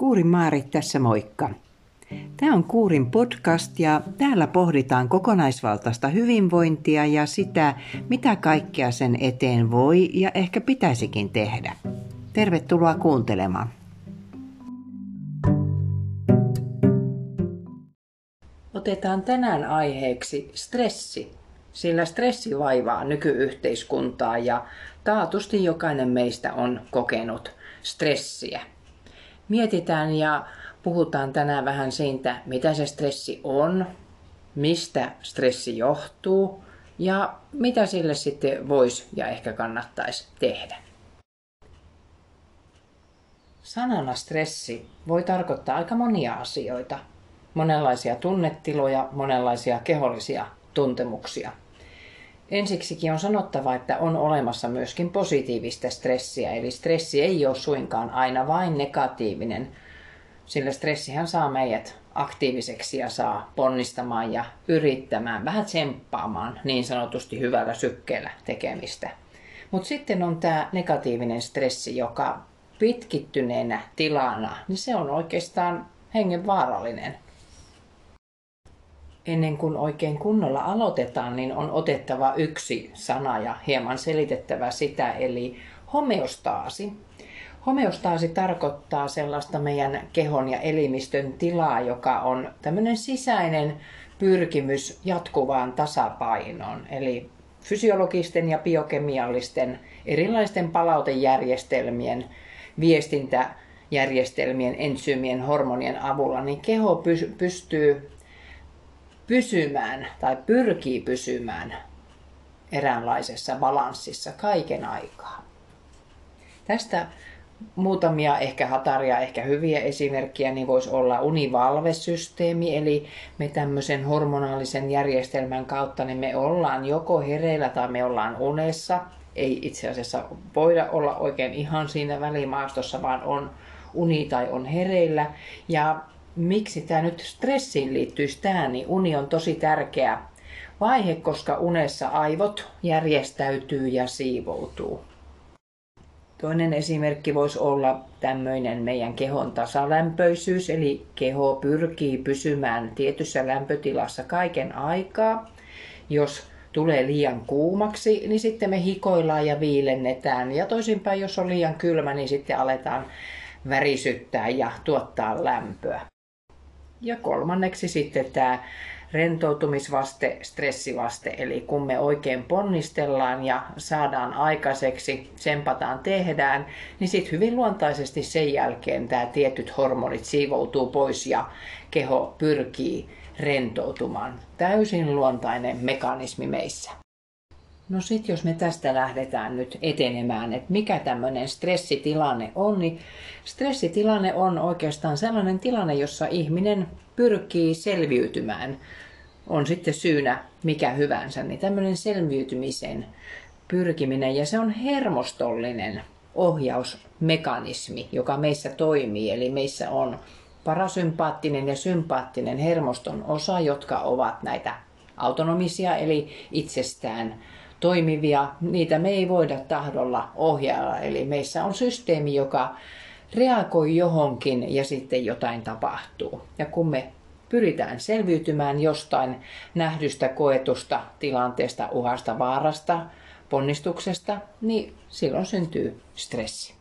Kuurin Maarit tässä moikka. Tämä on Kuurin podcast ja täällä pohditaan kokonaisvaltaista hyvinvointia ja sitä, mitä kaikkea sen eteen voi ja ehkä pitäisikin tehdä. Tervetuloa kuuntelemaan. Otetaan tänään aiheeksi stressi, sillä stressi vaivaa nykyyhteiskuntaa ja taatusti jokainen meistä on kokenut stressiä. Mietitään ja puhutaan tänään vähän siitä, mitä se stressi on, mistä stressi johtuu ja mitä sille sitten voisi ja ehkä kannattaisi tehdä. Sanana stressi voi tarkoittaa aika monia asioita, monenlaisia tunnetiloja, monenlaisia kehollisia tuntemuksia. Ensiksikin on sanottava, että on olemassa myöskin positiivista stressiä, eli stressi ei ole suinkaan aina vain negatiivinen, sillä stressihän saa meidät aktiiviseksi ja saa ponnistamaan ja yrittämään, vähän tsemppaamaan niin sanotusti hyvällä sykkeellä tekemistä. Mutta sitten on tämä negatiivinen stressi, joka pitkittyneenä tilana, niin se on oikeastaan hengenvaarallinen. Ennen kuin oikein kunnolla aloitetaan, niin on otettava yksi sana ja hieman selitettävä sitä, eli homeostaasi. Homeostaasi tarkoittaa sellaista meidän kehon ja elimistön tilaa, joka on tämmöinen sisäinen pyrkimys jatkuvaan tasapainoon. Eli fysiologisten ja biokemiallisten erilaisten palautejärjestelmien, viestintäjärjestelmien, entsyymien, hormonien avulla, niin keho pystyy pysymään tai pyrkii pysymään eräänlaisessa balanssissa kaiken aikaa. Tästä muutamia ehkä hataria, ehkä hyviä esimerkkejä, niin voisi olla univalvesysteemi, eli me tämmöisen hormonaalisen järjestelmän kautta niin me ollaan joko hereillä tai me ollaan unessa. Ei itse asiassa voida olla oikein ihan siinä välimaastossa, vaan on uni tai on hereillä. Ja miksi tämä nyt stressiin liittyisi tähän, niin uni on tosi tärkeä vaihe, koska unessa aivot järjestäytyy ja siivoutuu. Toinen esimerkki voisi olla tämmöinen meidän kehon tasalämpöisyys, eli keho pyrkii pysymään tietyssä lämpötilassa kaiken aikaa. Jos tulee liian kuumaksi, niin sitten me hikoillaan ja viilennetään. Ja toisinpäin, jos on liian kylmä, niin sitten aletaan värisyttää ja tuottaa lämpöä. Ja kolmanneksi sitten tämä rentoutumisvaste, stressivaste, eli kun me oikein ponnistellaan ja saadaan aikaiseksi, tsempataan, tehdään, niin sitten hyvin luontaisesti sen jälkeen tämä tietyt hormonit siivoutuu pois ja keho pyrkii rentoutumaan. Täysin luontainen mekanismi meissä. No sitten jos me tästä lähdetään nyt etenemään, että mikä tämmöinen stressitilanne on, niin stressitilanne on oikeastaan sellainen tilanne, jossa ihminen pyrkii selviytymään. On sitten syynä mikä hyvänsä, niin tämmöinen selviytymisen pyrkiminen ja se on hermostollinen ohjausmekanismi, joka meissä toimii. Eli meissä on parasympaattinen ja sympaattinen hermoston osa, jotka ovat näitä autonomisia eli itsestään toimivia, niitä me ei voida tahdolla ohjailla. Eli meissä on systeemi, joka reagoi johonkin ja sitten jotain tapahtuu. Ja kun me pyritään selviytymään jostain nähdystä, koetusta tilanteesta, uhasta, vaarasta, ponnistuksesta, niin silloin syntyy stressi.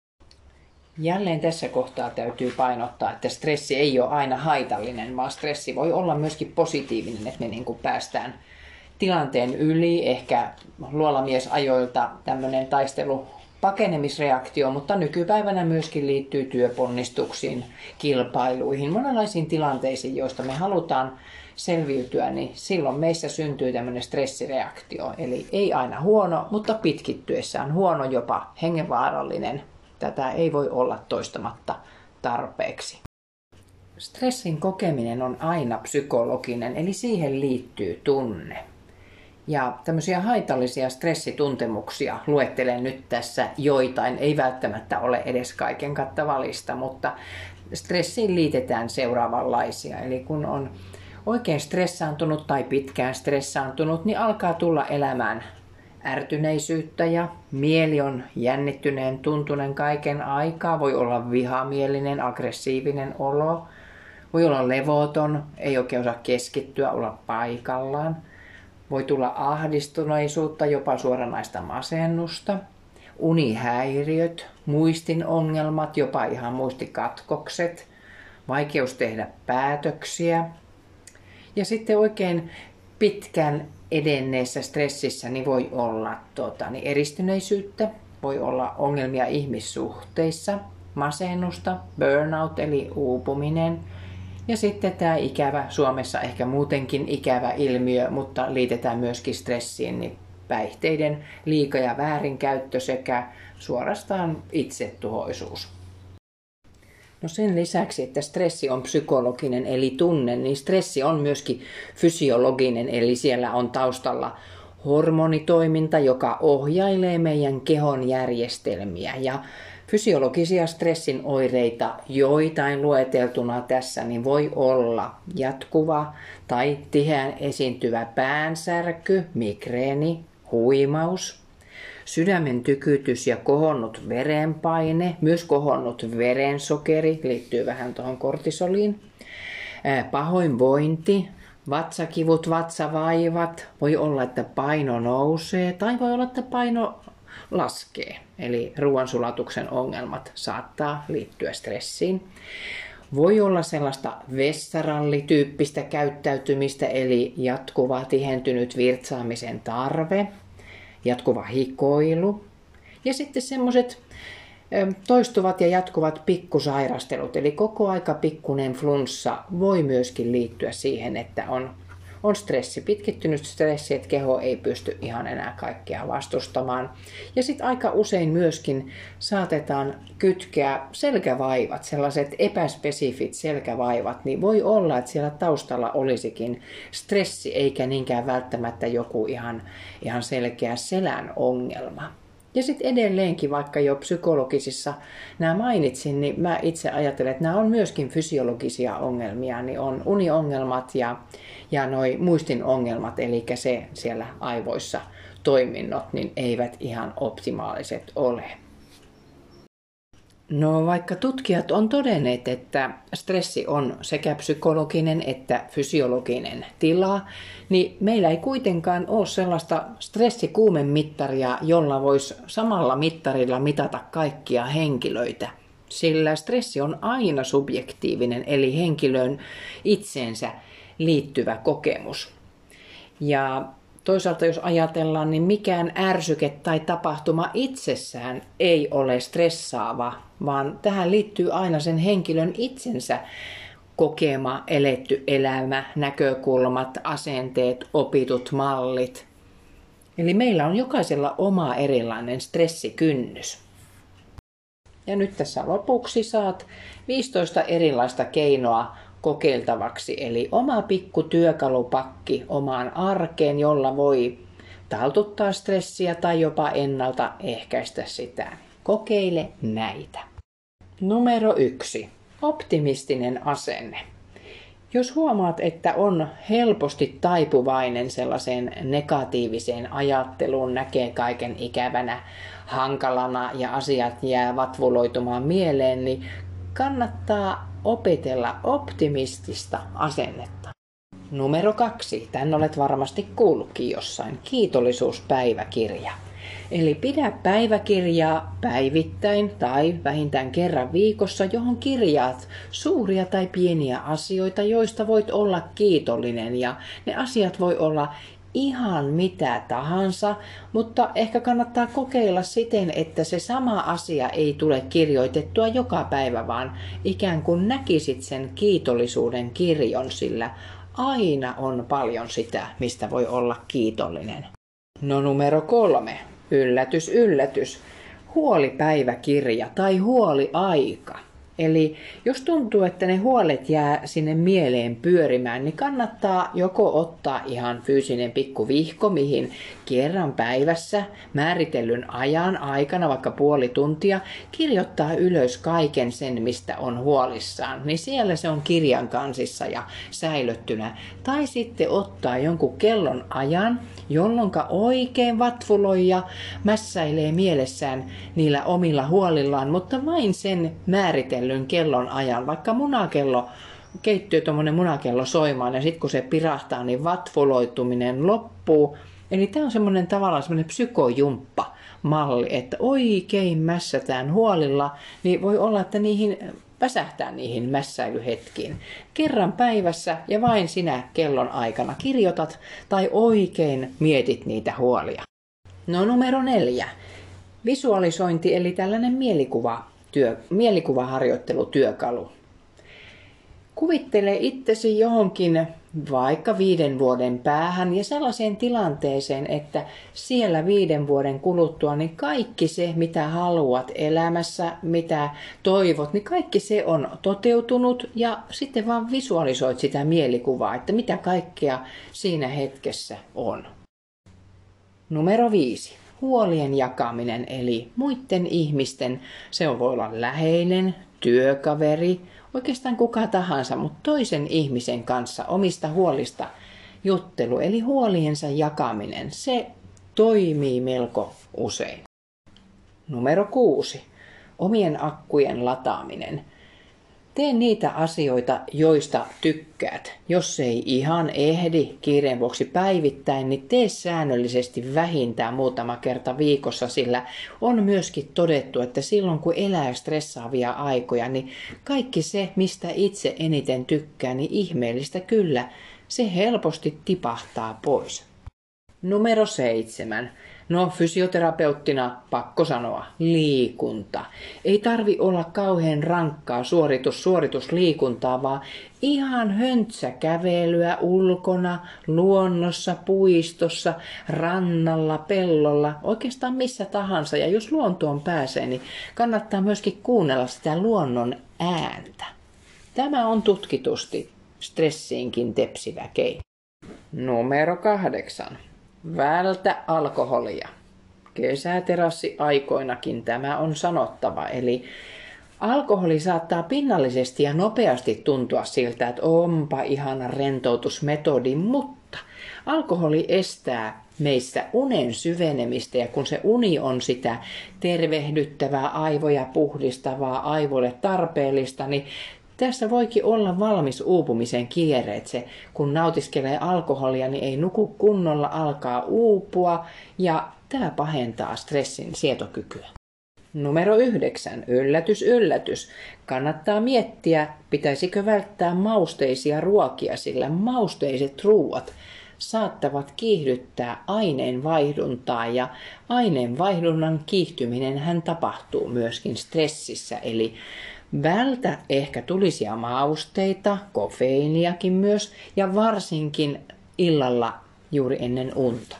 Jälleen tässä kohtaa täytyy painottaa, että stressi ei ole aina haitallinen, vaan stressi voi olla myöskin positiivinen, että me päästään tilanteen yli, ehkä luolamiesajoilta tämmöinen pakenemisreaktio, mutta nykypäivänä myöskin liittyy työponnistuksiin, kilpailuihin, monenlaisiin tilanteisiin, joista me halutaan selviytyä, niin silloin meissä syntyy tämmöinen stressireaktio. Eli ei aina huono, mutta pitkittyessään huono, jopa hengenvaarallinen. Tätä ei voi olla toistamatta tarpeeksi. Stressin kokeminen on aina psykologinen, eli siihen liittyy tunne. Ja tämmöisiä haitallisia stressituntemuksia luettelen nyt tässä joitain, ei välttämättä ole edes kaiken kattava lista, mutta stressiin liitetään seuraavanlaisia. Eli kun on oikein stressaantunut tai pitkään stressaantunut, niin alkaa tulla elämään ärtyneisyyttä ja mieli on jännittyneen tuntunen kaiken aikaa. Voi olla vihamielinen, aggressiivinen olo. Voi olla levoton, ei oikein osaa keskittyä, olla paikallaan. Voi tulla ahdistuneisuutta, jopa suoranaista masennusta. Unihäiriöt, muistin ongelmat, jopa ihan muistikatkokset. Vaikeus tehdä päätöksiä. Ja sitten oikein pitkän edenneessä stressissä niin voi olla eristyneisyyttä, voi olla ongelmia ihmissuhteissa, masennusta, burnout eli uupuminen. Ja sitten tämä ikävä, Suomessa ehkä muutenkin ikävä ilmiö, mutta liitetään myöskin stressiin, niin päihteiden liika- ja väärinkäyttö sekä suorastaan itsetuhoisuus. No sen lisäksi, että stressi on psykologinen eli tunne, niin stressi on myöskin fysiologinen, eli siellä on taustalla hormonitoiminta, joka ohjailee meidän kehon järjestelmiä. Ja fysiologisia stressin oireita, joitain lueteltuna tässä, niin voi olla jatkuva tai tiheään esiintyvä päänsärky, migreeni, huimaus, sydämen tykytys ja kohonnut verenpaine, myös kohonnut verensokeri, liittyy vähän tuohon kortisoliin, pahoinvointi, vatsakivut, vatsavaivat, voi olla, että paino nousee tai voi olla, että paino laskee. Eli ruoansulatuksen ongelmat saattaa liittyä stressiin. Voi olla sellaista vessarallityyppistä käyttäytymistä, eli jatkuva tihentynyt virtsaamisen tarve, jatkuva hikoilu ja sitten semmoiset toistuvat ja jatkuvat pikkusairastelut, eli koko aika pikkuinen flunssa voi myöskin liittyä siihen, että on stressi, pitkittynyt stressi, että keho ei pysty ihan enää kaikkea vastustamaan. Ja sitten aika usein myöskin saatetaan kytkeä selkävaivat, sellaiset epäspesifit selkävaivat, niin voi olla, että siellä taustalla olisikin stressi, eikä niinkään välttämättä joku ihan selkeä selän ongelma. Ja sitten edelleenkin, vaikka jo psykologisissa nämä mainitsin, niin mä itse ajattelen, että nämä on myöskin fysiologisia ongelmia, niin on uniongelmat ja noi muistin ongelmat, eli se siellä aivoissa toiminnot, niin eivät ihan optimaaliset ole. No vaikka tutkijat on todenneet, että stressi on sekä psykologinen että fysiologinen tila, niin meillä ei kuitenkaan ole sellaista stressikuumemittaria, jolla voisi samalla mittarilla mitata kaikkia henkilöitä. Sillä stressi on aina subjektiivinen, eli henkilön itseensä liittyvä kokemus. Ja toisaalta jos ajatellaan, niin mikään ärsyke tai tapahtuma itsessään ei ole stressaava, vaan tähän liittyy aina sen henkilön itsensä kokema, eletty elämä, näkökulmat, asenteet, opitut mallit. Eli meillä on jokaisella oma erilainen stressikynnys. Ja nyt tässä lopuksi saat 15 erilaista keinoa kokeiltavaksi, eli oma pikku työkalupakki omaan arkeen, jolla voi taltuttaa stressiä tai jopa ennaltaehkäistä sitä. Kokeile näitä. Numero 1. Optimistinen asenne. Jos huomaat, että on helposti taipuvainen sellaiseen negatiiviseen ajatteluun, näkee kaiken ikävänä, hankalana ja asiat jää vatvuloitumaan mieleen, niin kannattaa opetella optimistista asennetta. Numero 2. Tän olet varmasti kuullutkin jossain. Kiitollisuuspäiväkirja. Eli pidä päiväkirjaa päivittäin tai vähintään kerran viikossa, johon kirjaat suuria tai pieniä asioita, joista voit olla kiitollinen. Ja ne asiat voi olla ihan mitä tahansa, mutta ehkä kannattaa kokeilla siten, että se sama asia ei tule kirjoitettua joka päivä, vaan ikään kuin näkisit sen kiitollisuuden kirjon, sillä aina on paljon sitä, mistä voi olla kiitollinen. No numero 3. Yllätys, yllätys. Huolipäiväkirja tai huoliaika. Eli jos tuntuu, että ne huolet jää sinne mieleen pyörimään, niin kannattaa joko ottaa ihan fyysinen pikku vihko, mihin kerran päivässä määritellyn ajan aikana, vaikka puoli tuntia, kirjoittaa ylös kaiken sen, mistä on huolissaan, niin siellä se on kirjan kansissa ja säilöttynä. Tai sitten ottaa jonkun kellon ajan, jolloin oikein vatvuloi ja mässäilee mielessään niillä omilla huolillaan, mutta vain sen määritellyn kellon ajan, vaikka munakello keittyy tuommoinen munakello soimaan ja sitten kun se pirahtaa, niin vatvuloituminen loppuu. Eli tämä on semmoinen tavallaan semmoinen psykojumppa-malli, että oikein mässätään huolilla, niin voi olla, että väsähtää niihin mässäilyhetkiin. Kerran päivässä ja vain sinä kellon aikana kirjoitat tai oikein mietit niitä huolia. No numero 4. Visualisointi eli tällainen mielikuvaharjoittelutyökalu. Kuvittele itsesi johonkin vaikka 5 vuoden päähän ja sellaiseen tilanteeseen, että siellä 5 vuoden kuluttua niin kaikki se, mitä haluat elämässä, mitä toivot, niin kaikki se on toteutunut ja sitten vaan visualisoit sitä mielikuvaa, että mitä kaikkea siinä hetkessä on. Numero 5. Huolien jakaminen eli muiden ihmisten, se voi olla läheinen, työkaveri, oikeastaan kuka tahansa, mutta toisen ihmisen kanssa omista huolista juttelu, eli huoliensa jakaminen, se toimii melko usein. Numero 6. Omien akkujen lataaminen. Tee niitä asioita, joista tykkäät. Jos ei ihan ehdi kiireen vuoksi päivittäin, niin tee säännöllisesti vähintään muutama kerta viikossa, sillä on myöskin todettu, että silloin kun elää stressaavia aikoja, niin kaikki se, mistä itse eniten tykkää, niin ihmeellistä kyllä, se helposti tipahtaa pois. Numero 7. No fysioterapeuttina pakko sanoa, liikunta. Ei tarvi olla kauhean rankkaa suoritusliikuntaa, vaan ihan höntsäkävelyä ulkona, luonnossa, puistossa, rannalla, pellolla, oikeastaan missä tahansa. Ja jos luontoon pääsee, niin kannattaa myöskin kuunnella sitä luonnon ääntä. Tämä on tutkitusti stressiinkin tepsivä keino. Numero 8. Vältä alkoholia. Kesäterassi-aikoinakin tämä on sanottava. Eli alkoholi saattaa pinnallisesti ja nopeasti tuntua siltä, että onpa ihana rentoutusmetodi, mutta alkoholi estää meissä unen syvenemistä ja kun se uni on sitä tervehdyttävää, aivoja puhdistavaa, aivoille tarpeellista, niin tässä voikin olla valmis uupumisen kierre, että se, kun nautiskelee alkoholia, niin ei nuku kunnolla, alkaa uupua ja tämä pahentaa stressin sietokykyä. Numero 9. Yllätys, yllätys. Kannattaa miettiä, pitäisikö välttää mausteisia ruokia, sillä mausteiset ruuat saattavat kiihdyttää aineenvaihduntaa ja aineenvaihdunnan kiihtyminen hän tapahtuu myöskin stressissä, eli vältä ehkä tulisia mausteita, kofeiiniakin myös ja varsinkin illalla juuri ennen unta.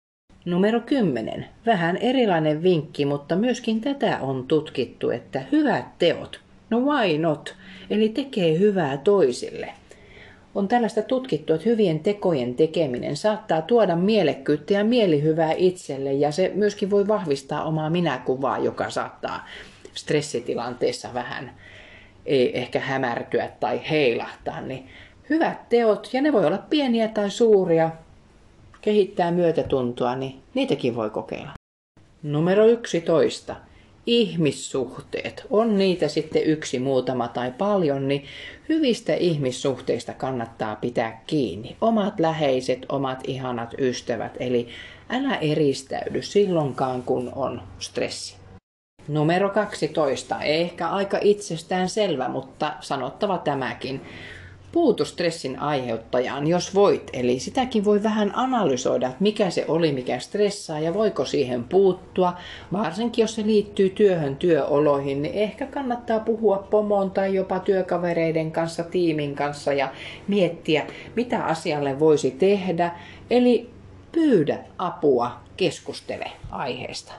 Numero 10. Vähän erilainen vinkki, mutta myöskin tätä on tutkittu, että hyvät teot, no why not, eli tekee hyvää toisille. On tällaista tutkittu, että hyvien tekojen tekeminen saattaa tuoda mielekkyyttä ja mielihyvää itselle ja se myöskin voi vahvistaa omaa minäkuvaa, joka saattaa stressitilanteessa vähän ei ehkä hämärtyä tai heilahtaa, niin hyvät teot, ja ne voi olla pieniä tai suuria, kehittää myötätuntoa, niin niitäkin voi kokeilla. Numero 11. Ihmissuhteet. On niitä sitten yksi, muutama tai paljon, niin hyvistä ihmissuhteista kannattaa pitää kiinni. Omat läheiset, omat ihanat ystävät, eli älä eristäydy silloinkaan, kun on stressi. Numero 12. Ehkä aika itsestään selvä, mutta sanottava tämäkin. Puutu stressin aiheuttajaan, jos voit. Eli sitäkin voi vähän analysoida, mikä se oli, mikä stressaa ja voiko siihen puuttua. Varsinkin jos se liittyy työhön, työoloihin, niin ehkä kannattaa puhua pomon tai jopa työkavereiden kanssa, tiimin kanssa ja miettiä, mitä asialle voisi tehdä. Eli pyydä apua, keskustele aiheesta.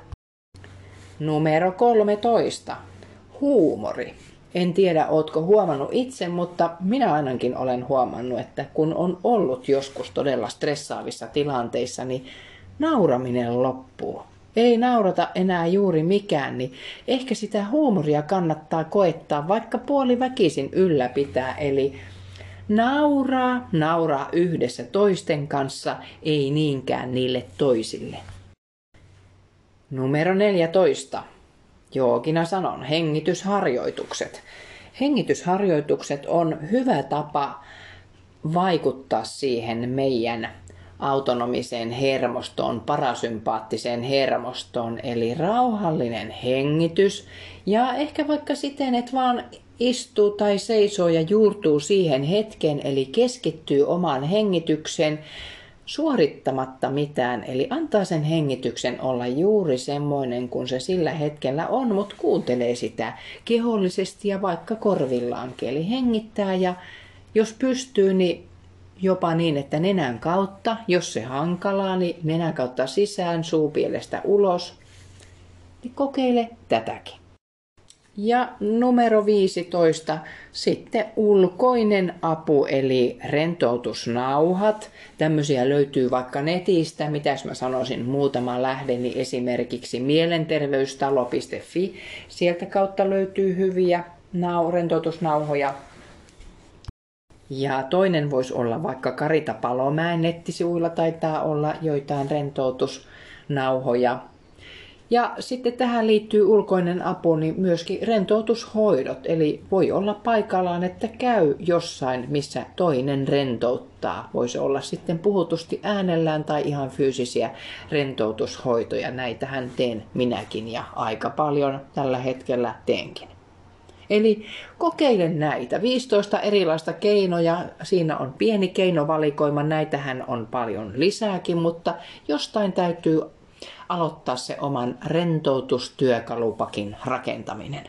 Numero 13. Huumori. En tiedä, ootko huomannut itse, mutta minä ainakin olen huomannut, että kun on ollut joskus todella stressaavissa tilanteissa, niin nauraminen loppuu. Ei naurata enää juuri mikään, niin ehkä sitä huumoria kannattaa koettaa vaikka puoliväkisin ylläpitää. Eli nauraa yhdessä toisten kanssa, ei niinkään niille toisille. Numero 14. Joogina sanon, hengitysharjoitukset. Hengitysharjoitukset on hyvä tapa vaikuttaa siihen meidän autonomiseen hermostoon, parasympaattiseen hermostoon, eli rauhallinen hengitys. Ja ehkä vaikka siten, että vaan istuu tai seisoo ja juurtuu siihen hetkeen, eli keskittyy omaan hengitykseen suorittamatta mitään. Eli antaa sen hengityksen olla juuri semmoinen kuin se sillä hetkellä on, mutta kuuntelee sitä kehollisesti ja vaikka korvillaankin. Eli hengittää ja jos pystyy, niin jopa niin, että nenän kautta, jos se hankalaa, niin nenän kautta sisään, suupielestä ulos. Niin kokeile tätäkin. Ja numero 15, sitten ulkoinen apu, eli rentoutusnauhat. Tämmöisiä löytyy vaikka netistä, mitäs mä sanoisin, muutama lähde, niin esimerkiksi mielenterveystalo.fi. Sieltä kautta löytyy hyviä rentoutusnauhoja. Ja toinen voisi olla vaikka Karita Palomäen nettisivuilla taitaa olla joitain rentoutusnauhoja. Ja sitten tähän liittyy ulkoinen apu, niin myöskin rentoutushoidot. Eli voi olla paikallaan, että käy jossain, missä toinen rentouttaa. Voisi olla sitten puhutusti äänellään tai ihan fyysisiä rentoutushoitoja. Näitähän teen minäkin ja aika paljon tällä hetkellä teenkin. Eli kokeile näitä. 15 erilaista keinoja. Siinä on pieni keinovalikoima. Näitähän on paljon lisääkin, mutta jostain täytyy aloittaa se oman rentoutustyökalupakin rakentaminen.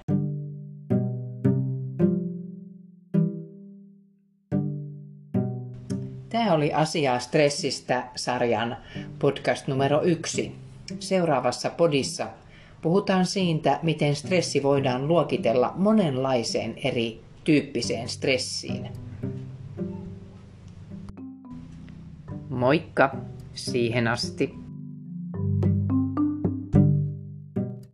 Tämä oli Asiaa stressistä -sarjan podcast numero 1. Seuraavassa podissa puhutaan siitä, miten stressi voidaan luokitella monenlaiseen eri tyyppiseen stressiin. Moikka! Siihen asti.